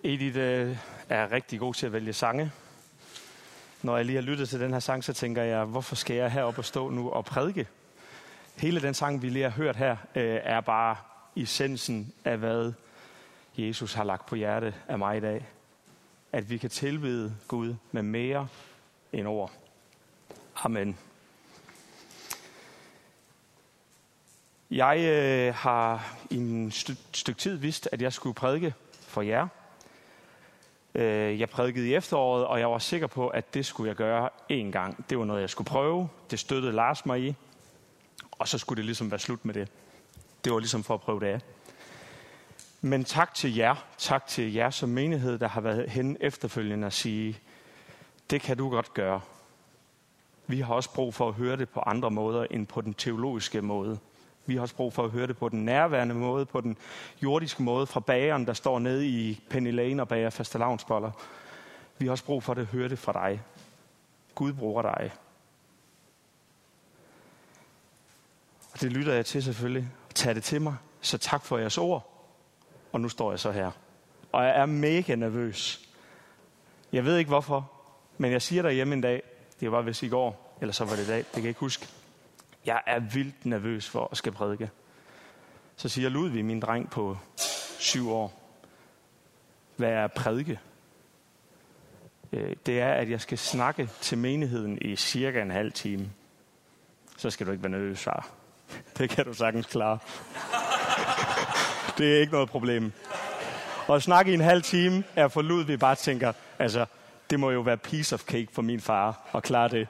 Edith er rigtig god til at vælge sange. Når jeg lige har lyttet til den her sang, så tænker jeg, hvorfor skal jeg heroppe og stå nu og prædike? Hele den sang, vi lige har hørt her, er bare essensen af, hvad Jesus har lagt på hjerte af mig i dag. At vi kan tilbede Gud med mere end ord. Amen. Jeg har i en stykke tid vidst, at jeg skulle prædike for jer. Jeg prædikede i efteråret, og jeg var sikker på, at det skulle jeg gøre én gang. Det var noget, jeg skulle prøve. Det støttede Lars mig i. Og så skulle det ligesom være slut med det. Det var ligesom for at prøve det af. Men tak til jer som menighed, der har været hen efterfølgende at sige, det kan du godt gøre. Vi har også brug for at høre det på andre måder end på den teologiske måde. Vi har også brug for at høre det på den nærværende måde, på den jordiske måde, fra bageren, der står nede i Penny Lane og bager fastelavnsboller. Vi har også brug for at høre det fra dig. Gud bruger dig. Og det lytter jeg til selvfølgelig. Tag det til mig. Så tak for jeres ord. Og nu står jeg så her. Og jeg er mega nervøs. Jeg ved ikke hvorfor, men jeg siger derhjemme en dag, det var vist i går, eller så var det i dag, det kan jeg ikke huske. Jeg er vildt nervøs for at skal prædike. Så siger Ludvig, min dreng på 7 år, hvad er prædike? Det er, at jeg skal snakke til menigheden i cirka en halv time. Så skal du ikke være nervøs, far. Det kan du sagtens klare. Det er ikke noget problem. Og at snakke i en halv time er for Ludvig bare tænker, altså, det må jo være piece of cake for min far at klare det.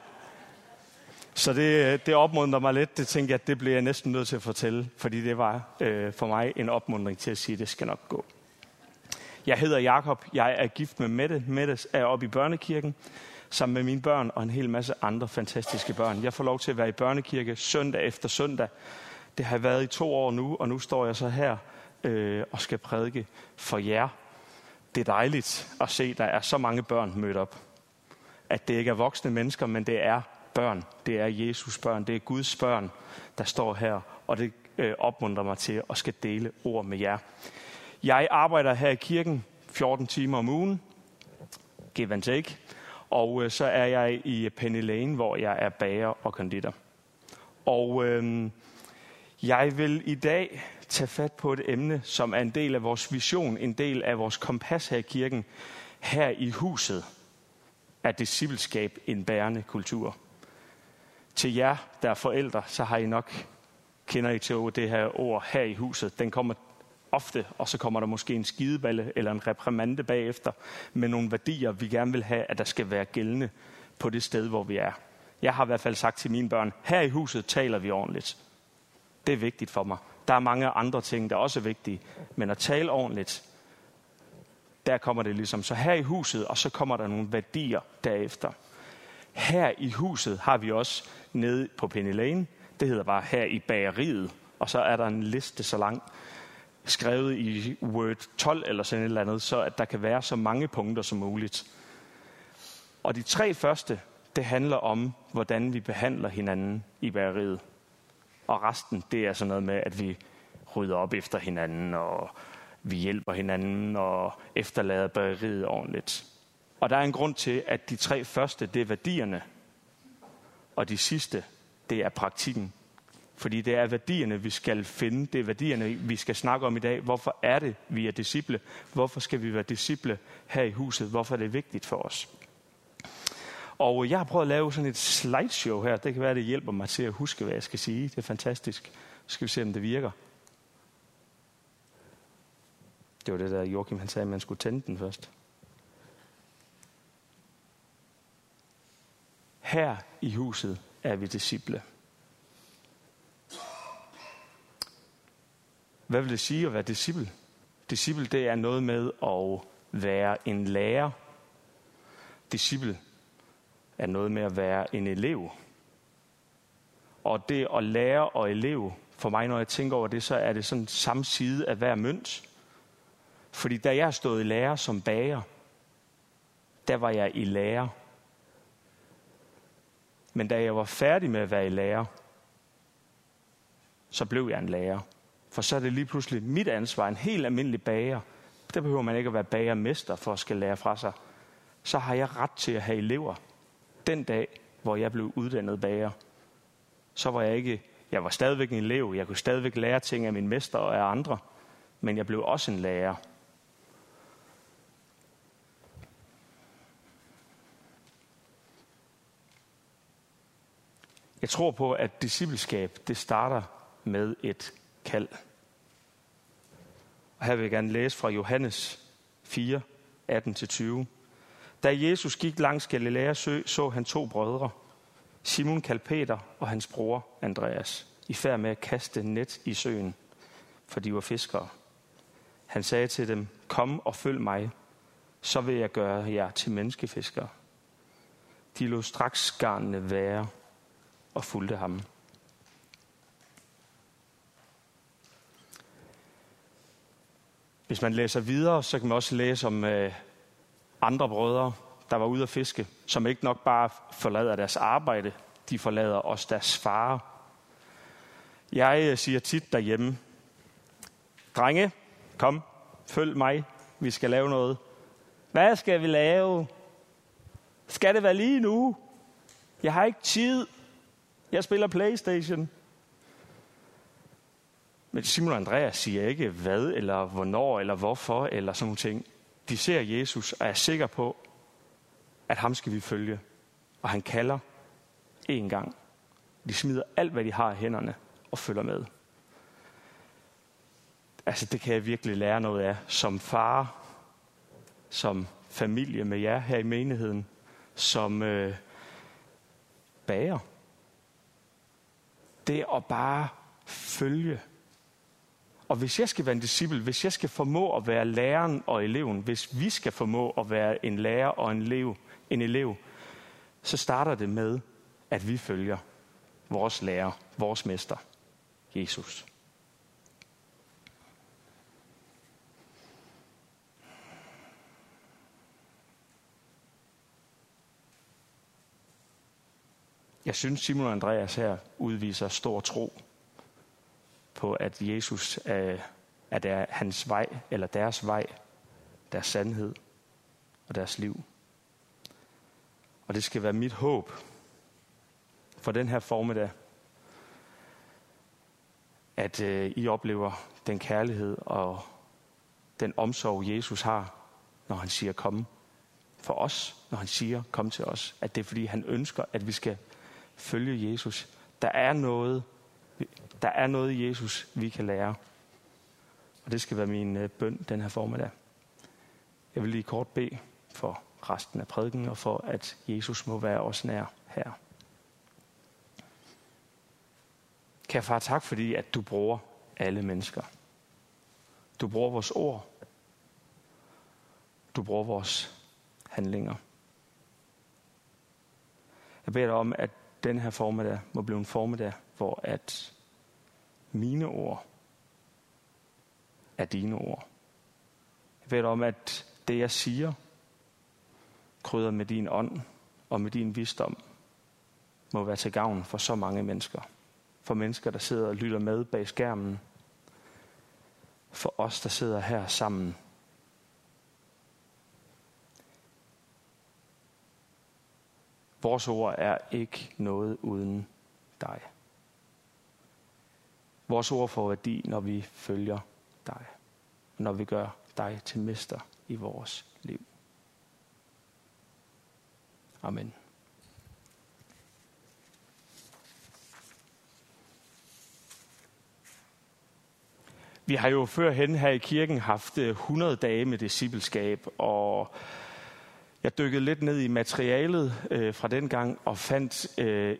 Så det opmuntrer mig lidt. Det tænker jeg, det bliver jeg næsten nødt til at fortælle, fordi det var for mig en opmuntring til at sige, at det skal nok gå. Jeg hedder Jakob. Jeg er gift med Mette. Mette er oppe i børnekirken sammen med mine børn og en hel masse andre fantastiske børn. Jeg får lov til at være i børnekirke søndag efter søndag. Det har jeg været i 2 år nu, og nu står jeg så her og skal prædike for jer. Det er dejligt at se, at der er så mange børn mødt op. At det ikke er voksne mennesker, men det er børn. Det er Jesus børn. Det er Guds børn, der står her. Og det opmuntrer mig til at skal dele ord med jer. Jeg arbejder her i kirken 14 timer om ugen. Give and take. Og så er jeg i Penny Lane, hvor jeg er bager og konditor. Og jeg vil i dag tage fat på et emne, som er en del af vores vision, en del af vores kompas her i kirken. Her i huset er discipleskab en bærende kultur. Til jer, der er forældre, så har I nok, kender I til det her ord her i huset. Den kommer ofte, og så kommer der måske en skideballe eller en reprimande bagefter med nogle værdier, vi gerne vil have, at der skal være gældende på det sted, hvor vi er. Jeg har i hvert fald sagt til mine børn, her i huset taler vi ordentligt. Det er vigtigt for mig. Der er mange andre ting, der også er vigtige, men at tale ordentligt, der kommer det ligesom. Så her i huset, og så kommer der nogle værdier derefter. Her i huset har vi også nede på Penny Lane, det hedder bare her i bageriet, og så er der en liste så lang, skrevet i Word 12 eller sådan et eller andet, så at der kan være så mange punkter som muligt. Og de 3 første, det handler om, hvordan vi behandler hinanden i bageriet. Og resten, det er sådan noget med, at vi rydder op efter hinanden, og vi hjælper hinanden, og efterlader bageriet ordentligt. Og der er en grund til, at de 3 første, det er værdierne, og de sidste, det er praktikken. Fordi det er værdierne, vi skal finde. Det er værdierne, vi skal snakke om i dag. Hvorfor er det, vi er disciple? Hvorfor skal vi være disciple her i huset? Hvorfor er det vigtigt for os? Og jeg har prøvet at lave sådan et slideshow her. Det kan være, det hjælper mig til at huske, hvad jeg skal sige. Det er fantastisk. Så skal vi se, om det virker. Det var det der, Joachim han sagde, at man skulle tænde den først. Her i huset er vi disciple. Hvad vil det sige at være disciple? Disciple, det er noget med at være en lærer. Disciple er noget med at være en elev. Og det at lære og elev, for mig når jeg tænker over det, så er det sådan samme side af hver mønt. Fordi da jeg stod i lære som bager, der var jeg i lære. Men da jeg var færdig med at være i lære, så blev jeg en lærer. For så er det lige pludselig mit ansvar, en helt almindelig bager, Der behøver man ikke at være bagermester for at skal lære fra sig. Så har jeg ret til at have elever. Den dag, hvor jeg blev uddannet bager, så var jeg var stadigvæk en elev. Jeg kunne stadigvæk lære ting af min mester og af andre. Men jeg blev også en lærer. Jeg tror på, at discipleskab, det starter med et kald. Og her vil jeg gerne læse fra Johannes 4, 18-20. Da Jesus gik langs Galilæas sø, så han 2 brødre, Simon kaldt Peter og hans bror Andreas, i færd med at kaste net i søen, for de var fiskere. Han sagde til dem, kom og følg mig, så vil jeg gøre jer til menneskefiskere. De lod straks garnene være og fulgte ham. Hvis man læser videre, så kan man også læse om andre brødre, der var ude at fiske, som ikke nok bare forlader deres arbejde, de forlader også deres far. Jeg siger tit derhjemme, drenge, kom, følg mig, vi skal lave noget. Hvad skal vi lave? Skal det være lige nu? Jeg har ikke tid. Jeg spiller PlayStation. Men Simon og Andreas siger ikke hvad, eller hvornår, eller hvorfor, eller sådan nogle ting. De ser Jesus og er sikre på, at ham skal vi følge. Og han kalder én gang. De smider alt, hvad de har i hænderne, og følger med. Altså, det kan jeg virkelig lære noget af. Som far, som familie med jer her i menigheden, som bager. Det at bare følge. Og hvis jeg skal være en disciple, hvis jeg skal formå at være læreren og eleven, hvis vi skal formå at være en lærer og en elev, så starter det med, at vi følger vores lærer, vores mester, Jesus. Jeg synes, Simon og Andreas her udviser stor tro på, at Jesus er hans vej, eller deres vej, deres sandhed og deres liv. Og det skal være mit håb for den her formiddag, at I oplever den kærlighed og den omsorg, Jesus har, når han siger kom for os, når han siger kom til os. At det er, fordi han ønsker, at vi skal følge Jesus. Der er noget i Jesus, vi kan lære. Og det skal være min bøn den her formiddag. Jeg vil lige kort bede for resten af prædiken, og for at Jesus må være os nær her. Kære far, tak fordi, at du bruger alle mennesker. Du bruger vores ord. Du bruger vores handlinger. Jeg beder dig om, at den her formiddag må blive en formiddag, hvor at mine ord er dine ord. Jeg beder dig om, at det jeg siger, krydder med din ånd og med din visdom, må være til gavn for så mange mennesker. For mennesker, der sidder og lytter med bag skærmen. For os, der sidder her sammen. Vores ord er ikke noget uden dig. Vores ord får værdi, når vi følger dig. Når vi gør dig til mester i vores liv. Amen. Vi har jo førhen her i kirken haft 100 dage med discipleskab, og jeg dykkede lidt ned i materialet fra den gang og fandt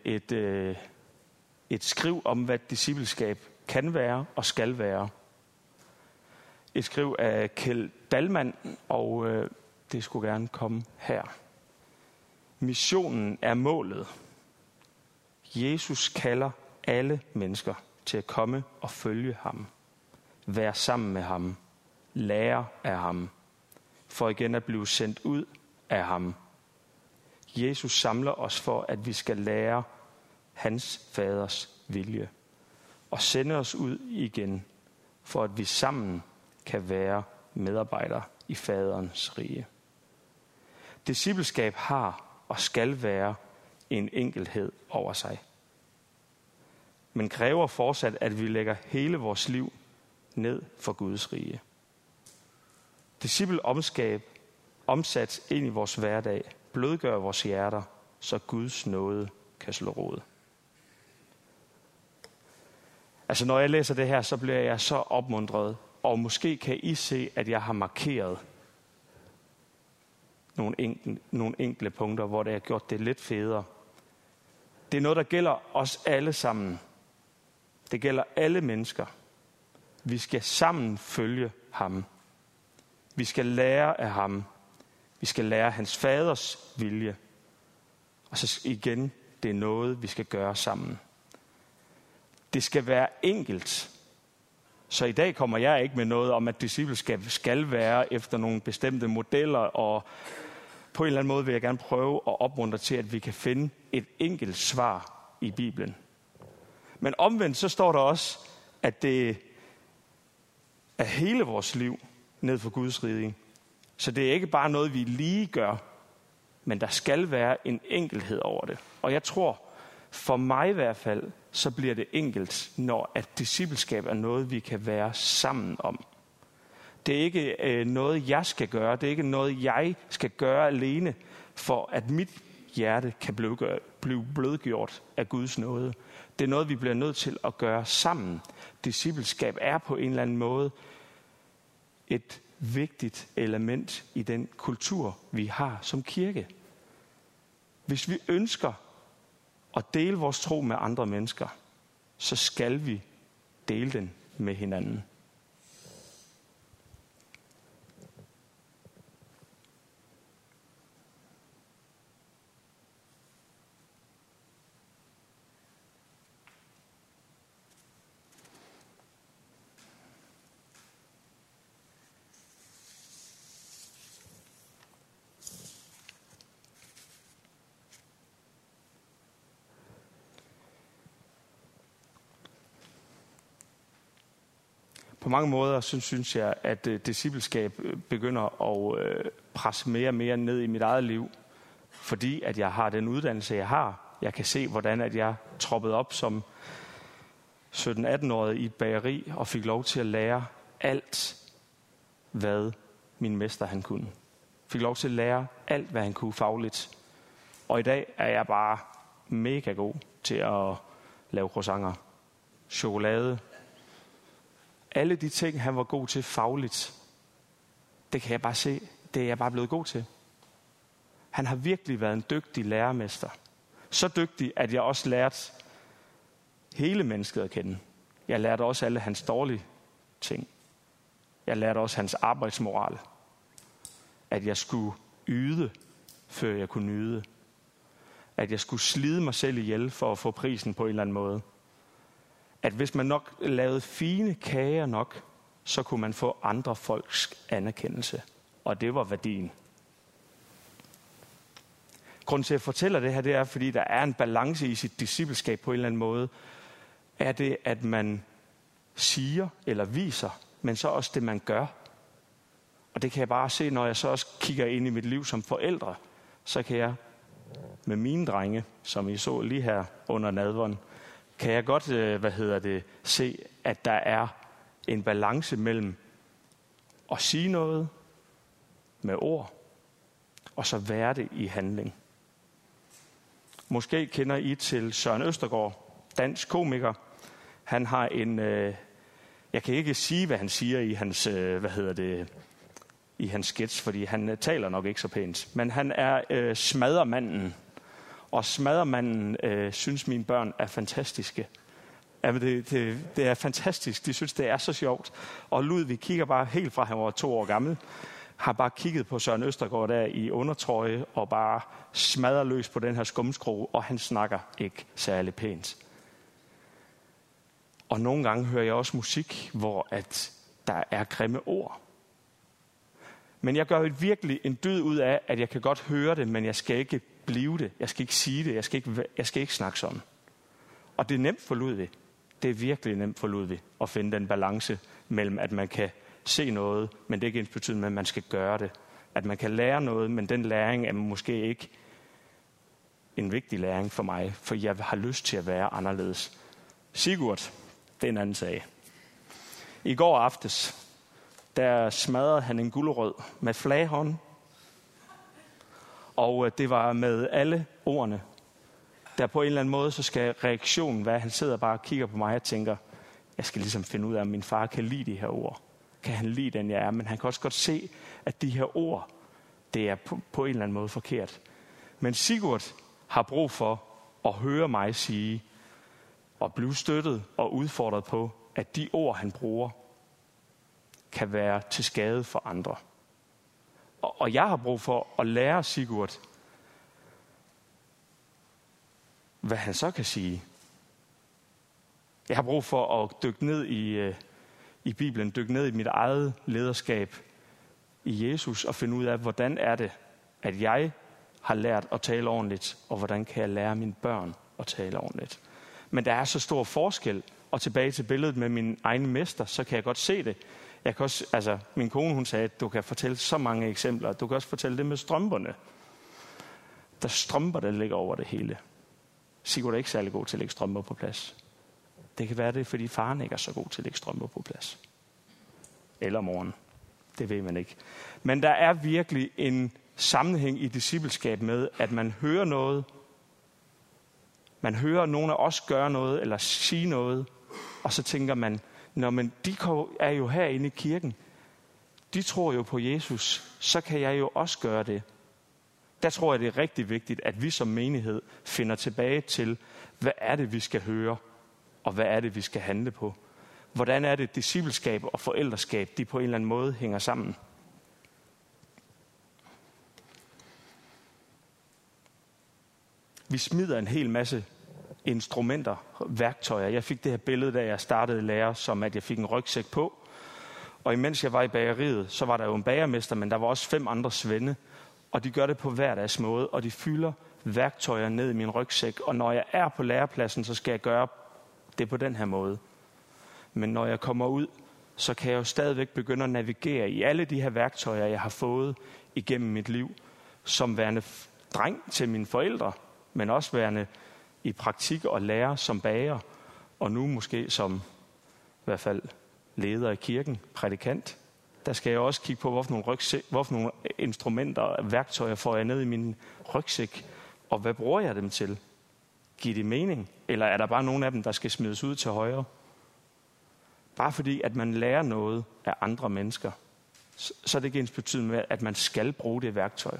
et skriv om, hvad discipleskab kan være og skal være. Et skriv af Kjeld Dalman, og det skulle gerne komme her. Missionen er målet. Jesus kalder alle mennesker til at komme og følge ham. Være sammen med ham. Lære af ham. For igen at blive sendt ud af ham. Jesus samler os for, at vi skal lære hans faders vilje. Og sende os ud igen, for at vi sammen kan være medarbejdere i faderens rige. Discipleskab har og skal være en enkelhed over sig, men kræver fortsat, at vi lægger hele vores liv ned for Guds rige. Discipleskab omsat ind i vores hverdag, blødgør vores hjerter, så Guds nåde kan slå rod. Altså når jeg læser det her, så bliver jeg så opmuntret, og måske kan I se, at jeg har markeret nogle enkelte punkter, hvor det har gjort det lidt federe. Det er noget, der gælder os alle sammen. Det gælder alle mennesker. Vi skal sammen følge ham. Vi skal lære af ham. Vi skal lære hans faders vilje. Og så igen, det er noget, vi skal gøre sammen. Det skal være enkelt. Så i dag kommer jeg ikke med noget om, at discipleskab skal være efter nogle bestemte modeller, og på en eller anden måde vil jeg gerne prøve at opmuntre til, at vi kan finde et enkelt svar i Bibelen. Men omvendt så står der også, at det er hele vores liv ned for Guds rige. Så det er ikke bare noget, vi lige gør, men der skal være en enkelhed over det. Og jeg tror, for mig i hvert fald, så bliver det enkelt, når at discipleskab er noget, vi kan være sammen om. Det er ikke noget, jeg skal gøre. Det er ikke noget, jeg skal gøre alene, for at mit hjerte kan blive blødgjort af Guds nåde. Det er noget, vi bliver nødt til at gøre sammen. Discipleskab er på en eller anden måde et vigtigt element i den kultur, vi har som kirke. Hvis vi ønsker at dele vores tro med andre mennesker, så skal vi dele den med hinanden. På mange måder synes jeg, at discipleskab begynder at presse mere og mere ned i mit eget liv, fordi at jeg har den uddannelse, jeg har. Jeg kan se, hvordan at jeg troppede op som 17-18-årig i et bageri og fik lov til at lære alt, hvad min mester han kunne. Fik lov til at lære alt, hvad han kunne fagligt. Og i dag er jeg bare mega god til at lave croissanter, chokolade. Alle de ting, han var god til fagligt, det kan jeg bare se, det er jeg bare blevet god til. Han har virkelig været en dygtig lærermester. Så dygtig, at jeg også lærte hele mennesket at kende. Jeg lærte også alle hans dårlige ting. Jeg lærte også hans arbejdsmoral. At jeg skulle yde, før jeg kunne nyde. At jeg skulle slide mig selv ihjel for at få prisen på en eller anden måde. At hvis man nok lavede fine kager nok, så kunne man få andre folks anerkendelse. Og det var værdien. Grunden til, at jeg fortæller det her, det er, fordi der er en balance i sit discipleskab på en eller anden måde. Er det, at man siger eller viser, men så også det, man gør. Og det kan jeg bare se, når jeg så også kigger ind i mit liv som forældre. Så kan jeg med mine drenge, som I så lige her under nadveren, kan jeg godt se, at der er en balance mellem at sige noget med ord, og så være det i handling. Måske kender I til Søren Østergaard, dansk komiker. Han har en, jeg kan ikke sige, hvad han siger i hans, i hans sketch, fordi han taler nok ikke så pænt. Men han er smaddermanden. Og smaddermanden synes mine børn er fantastiske. Det er fantastisk. De synes, det er så sjovt. Og Ludvig kigger bare helt fra, han var 2 år gammel, har bare kigget på Søren Østergaard der i undertrøje, og bare smadrer løs på den her skumskrue, og han snakker ikke særlig pænt. Og nogle gange hører jeg også musik, hvor at der er grimme ord. Men jeg gør virkelig en dyd ud af, at jeg kan godt høre det, men jeg skal ikke blive det. Jeg skal ikke sige det. Jeg skal ikke snakke sådan. Og det er nemt for Ludvig. Det er virkelig nemt for Ludvig at finde den balance mellem, at man kan se noget, men det er ikke ensbetydende med, at man skal gøre det. At man kan lære noget, men den læring er måske ikke en vigtig læring for mig, for jeg har lyst til at være anderledes. Sigurd, det er en anden sag. I går aftes, der smadrede han en gulerod med flaghånd, og det var med alle ordene. Der på en eller anden måde, så skal reaktionen være, at han sidder bare og kigger på mig og tænker, jeg skal ligesom finde ud af, om min far kan lide de her ord. Kan han lide den, jeg er? Men han kan også godt se, at de her ord, det er på en eller anden måde forkert. Men Sigurd har brug for at høre mig sige, og blive støttet og udfordret på, at de ord, han bruger, kan være til skade for andre. Og jeg har brug for at lære Sigurd, hvad han så kan sige. Jeg har brug for at dykke ned i Bibelen, dykke ned i mit eget lederskab i Jesus, og finde ud af, hvordan er det, at jeg har lært at tale ordentligt, og hvordan kan jeg lære mine børn at tale ordentligt. Men der er så stor forskel, og tilbage til billedet med min egen mester, så kan jeg godt se det. Jeg kan også, min kone, hun sagde, at du kan fortælle så mange eksempler. Du kan også fortælle det med strømperne. Der er strømper, der ligger over det hele. Sigurd er ikke særlig god til at lægge strømper på plads. Det kan være det, fordi faren ikke er så god til at lægge strømper på plads. Eller moren. Det ved man ikke. Men der er virkelig en sammenhæng i discipleskab med, at man hører noget. Man hører nogen af os gøre noget, eller sige noget. Og så tænker man, men de er jo herinde i kirken. De tror jo på Jesus. Så kan jeg jo også gøre det. Der tror jeg, det er rigtig vigtigt, at vi som menighed finder tilbage til, hvad er det, vi skal høre, og hvad er det, vi skal handle på. Hvordan er det, discipleskab og forældreskab, de på en eller anden måde hænger sammen. Vi smider en hel masse instrumenter, værktøjer. Jeg fik det her billede, da jeg startede lære, som at jeg fik en rygsæk på. Og imens jeg var i bageriet, så var der jo en bagermester, men der var også 5 andre svende. Og de gør det på hver deres måde, og de fylder værktøjer ned i min rygsæk. Og når jeg er på lærepladsen, så skal jeg gøre det på den her måde. Men når jeg kommer ud, så kan jeg jo stadigvæk begynde at navigere i alle de her værktøjer, jeg har fået igennem mit liv, som værende dreng til mine forældre, men også værende i praktik og lærer som bager, og nu måske som i hvert fald leder i kirken, prædikant. Der skal jeg også kigge på, hvorfor nogle instrumenter og værktøjer får jeg ned i min rygsæk, og hvad bruger jeg dem til? Giver det mening? Eller er der bare nogle af dem, der skal smides ud til højre? Bare fordi, at man lærer noget af andre mennesker, så er det ikke ensbetydende med, at man skal bruge det værktøj.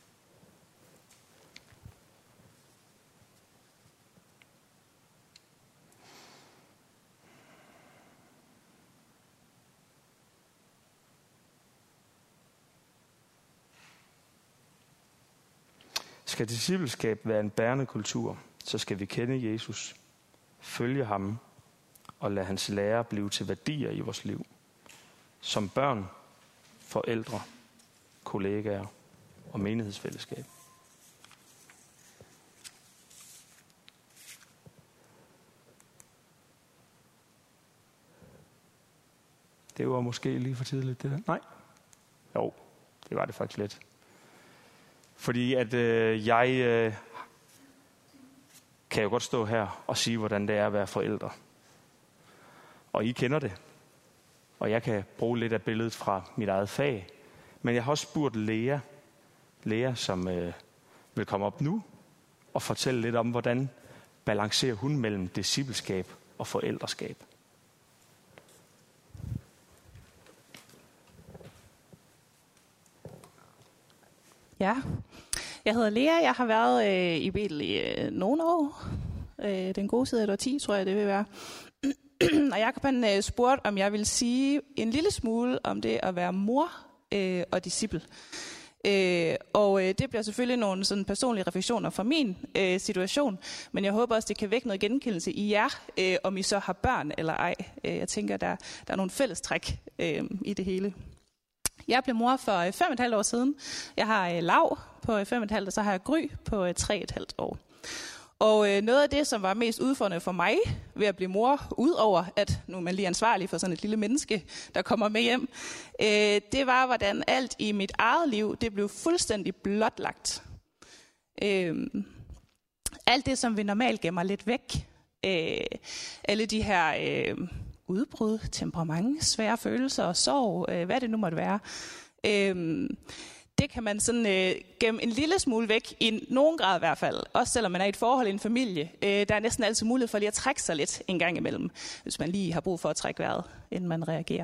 Skal discipleskab være en bærende kultur, så skal vi kende Jesus, følge ham og lade hans lære blive til værdier i vores liv. Som børn, forældre, kollegaer og menighedsfællesskab. Det var måske lige for tidligt, det der. Nej. Jo, det var det faktisk lidt. Fordi at jeg kan jo godt stå her og sige, hvordan det er at være forældre. Og I kender det. Og jeg kan bruge lidt af billedet fra mit eget fag. Men jeg har også spurgt Lea, som vil komme op nu, og fortælle lidt om, hvordan balancerer hun mellem discipleskab og forældreskab. Ja, jeg hedder Lea. Jeg har været i Betel i nogle år. Den gode side af et årti, tror jeg, det vil være. Og Jakob spurgte, om jeg ville sige en lille smule om det at være mor og disciple. Og det bliver selvfølgelig nogle sådan personlige refleksioner fra min situation, men jeg håber også, det kan vække noget genkendelse i jer, om I så har børn eller ej. Jeg tænker, der er nogle fællestræk i det hele. Jeg blev mor for 5,5 år siden. Jeg har Lav på 5,5, og så har jeg Gry på 3,5 år. Og noget af det, som var mest udfordrende for mig ved at blive mor, udover at nu er man lige ansvarlig for sådan et lille menneske, der kommer med hjem, det var, hvordan alt i mit eget liv, det blev fuldstændig blotlagt. Alt det, som vi normalt gemmer lidt væk, alle de her udbrud, temperament, svære følelser og sorg, hvad det nu måtte være, det kan man sådan gemme en lille smule væk, i nogen grad i hvert fald. Også selvom man er i et forhold i en familie. Der er næsten altid mulighed for lige at trække sig lidt en gang imellem, hvis man lige har brug for at trække vejret, inden man reagerer.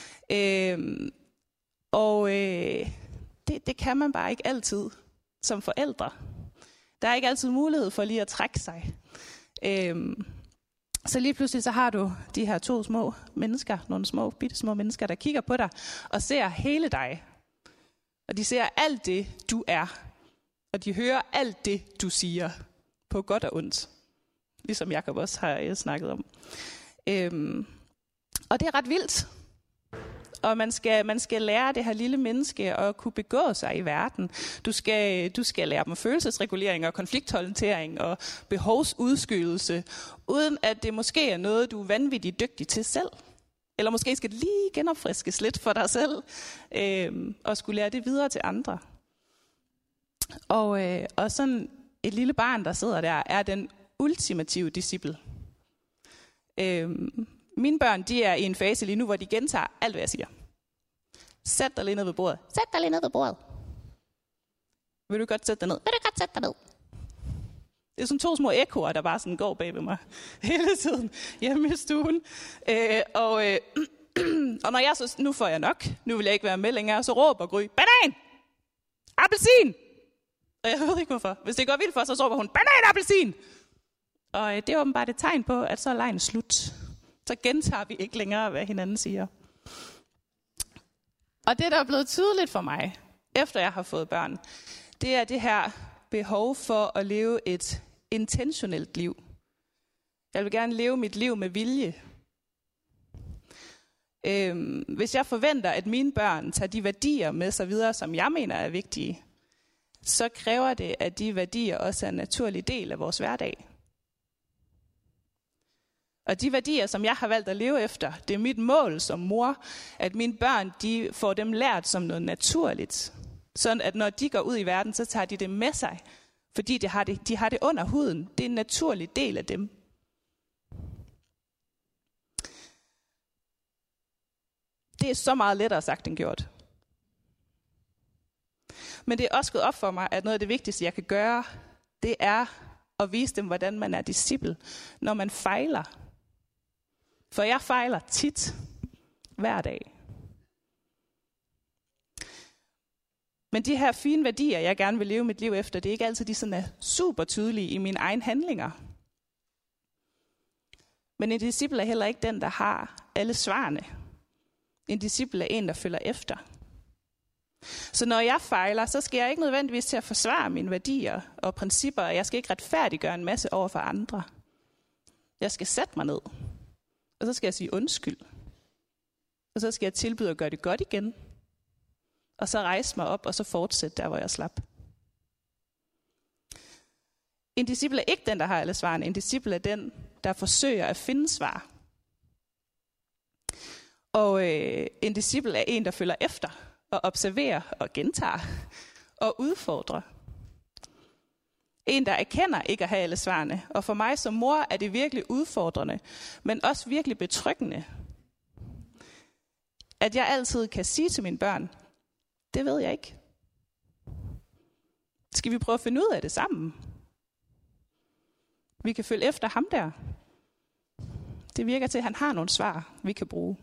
Det kan man bare ikke altid som forældre. Der er ikke altid mulighed for lige at trække sig. Så lige pludselig så har du de her 2 små mennesker, nogle små, bittesmå mennesker, der kigger på dig og ser hele dig. Og de ser alt det, du er. Og de hører alt det, du siger. På godt og ondt. Ligesom Jacob også har snakket om. Og det er ret vildt. Og man skal lære det her lille menneske at kunne begå sig i verden. Du skal lære dem følelsesregulering og konflikthåndtering og behovsudskydelse, uden at det måske er noget, du er vanvittigt dygtig til selv. Eller måske skal det lige genopfriskes lidt for dig selv, og skulle lære det videre til andre. Og sådan et lille barn, der sidder der, er den ultimative disciple. Mine børn, de er i en fase lige nu, hvor de gentager alt, hvad jeg siger. Sæt dig lige ned ved bordet. Sæt dig lige ned ved bordet. Vil du godt sætte dig ned? Vil du godt sætte dig ned? Det er sådan 2 små ekkoer, der bare sådan går bag ved mig hele tiden hjemme i stuen. Og når jeg så, nu får jeg nok, nu vil jeg ikke være med længere, så råber Gry, banan! Appelsin! Og jeg ved ikke hvorfor. Hvis det går vildt for, så råber hun, banan, appelsin! Og det er åbenbart et tegn på, at så er legen slut. Så gentager vi ikke længere, hvad hinanden siger. Og det, der er blevet tydeligt for mig, efter jeg har fået børn, det er det her behov for at leve et intentionelt liv. Jeg vil gerne leve mit liv med vilje. Hvis jeg forventer, at mine børn tager de værdier med sig videre, som jeg mener er vigtige, så kræver det, at de værdier også er en naturlig del af vores hverdag. Og de værdier, som jeg har valgt at leve efter, det er mit mål som mor, at mine børn, de får dem lært som noget naturligt. Sådan at når de går ud i verden, så tager de det med sig, fordi de har det under huden. Det er en naturlig del af dem. Det er så meget lettere sagt end gjort. Men det er også gået op for mig, at noget af det vigtigste, jeg kan gøre, det er at vise dem, hvordan man er disciple, når man fejler. For jeg fejler tit, hver dag. Men de her fine værdier, jeg gerne vil leve mit liv efter, det er ikke altid, de sådan er super tydelige i mine egne handlinger. Men en disciple er heller ikke den, der har alle svarene. En disciple er en, der følger efter. Så når jeg fejler, så skal jeg ikke nødvendigvis til at forsvare mine værdier og principper, og jeg skal ikke retfærdiggøre en masse over for andre. Jeg skal sætte mig ned, og så skal jeg sige undskyld. Og så skal jeg tilbyde at gøre det godt igen. Og så rejse mig op, og så fortsætte der, hvor jeg slap. En disciple er ikke den, der har alle svarene. En disciple er den, der forsøger at finde svar. Og en disciple er en, der følger efter og observerer og gentager og udfordrer. En, der erkender ikke at have alle svarene. Og for mig som mor er det virkelig udfordrende, men også virkelig betryggende, at jeg altid kan sige til mine børn, det ved jeg ikke. Skal vi prøve at finde ud af det sammen? Vi kan følge efter ham der. Det virker til, at han har nogle svar, vi kan bruge.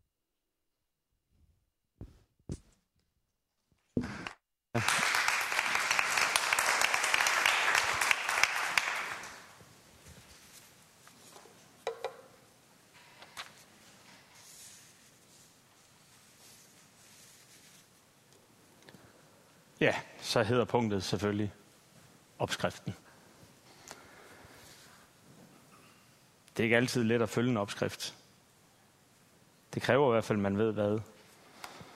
Ja, så hedder punktet selvfølgelig opskriften. Det er ikke altid let at følge en opskrift. Det kræver i hvert fald, at man ved,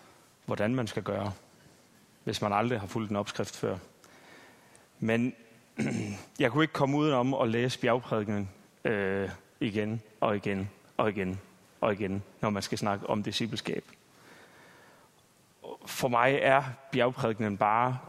hvordan man skal gøre, hvis man aldrig har fulgt en opskrift før. Men jeg kunne ikke komme udenom at læse bjergprædikenen igen og igen og igen og igen, når man skal snakke om discipleskab. For mig er bjergprædikenen bare,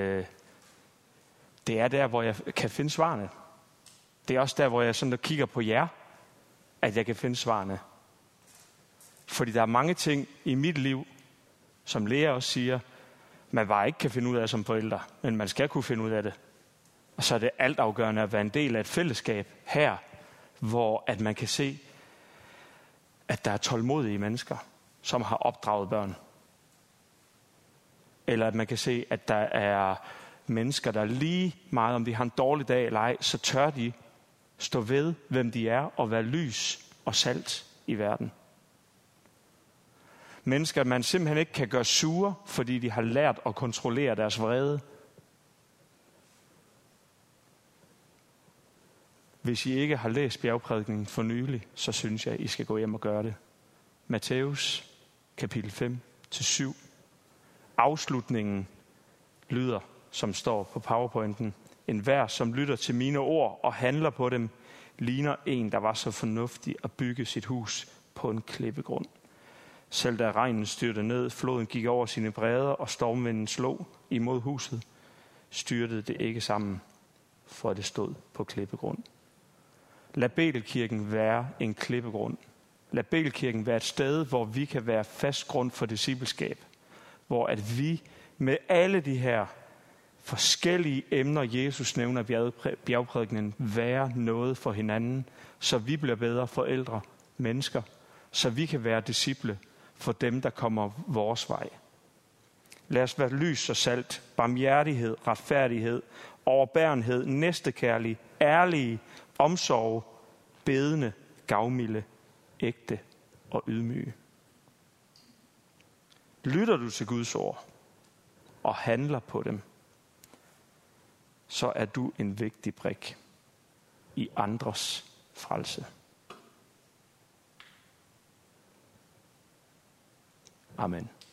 det er der, hvor jeg kan finde svarene. Det er også der, hvor jeg sådan kigger på jer, at jeg kan finde svarene. Fordi der er mange ting i mit liv, som Lea også siger, man bare ikke kan finde ud af som forældre, men man skal kunne finde ud af det. Og så er det altafgørende at være en del af et fællesskab her, hvor at man kan se, at der er tålmodige mennesker, som har opdraget børn. Eller at man kan se, at der er mennesker, der lige meget, om de har en dårlig dag eller ej, så tør de stå ved, hvem de er, og være lys og salt i verden. Mennesker, man simpelthen ikke kan gøre sure, fordi de har lært at kontrollere deres vrede. Hvis I ikke har læst bjergprædikningen for nylig, så synes jeg, I skal gå hjem og gøre det. Matthæus, kapitel 5-7. Afslutningen lyder, som står på PowerPointen: enhver, som lytter til mine ord og handler på dem, ligner en, der var så fornuftig at bygge sit hus på en klippegrund. Selv da regnen styrtede ned, floden gik over sine bredder, og stormvinden slog imod huset, styrtede det ikke sammen, for det stod på klippegrund. Lad Betelkirken være en klippegrund. Lad Betelkirken være et sted, hvor vi kan være fast grund for discipleskab. Hvor at vi med alle de her forskellige emner, Jesus nævner i bjergprædikenen, være noget for hinanden, så vi bliver bedre forældre, mennesker, så vi kan være disciple for dem, der kommer vores vej. Lad os være lys og salt, barmhjertighed, retfærdighed, overbærenhed, næstekærlig, ærlige, omsorg, bedende, gavmilde, ægte og ydmyge. Lytter du til Guds ord og handler på dem, så er du en vigtig brik i andres frelse. Amen.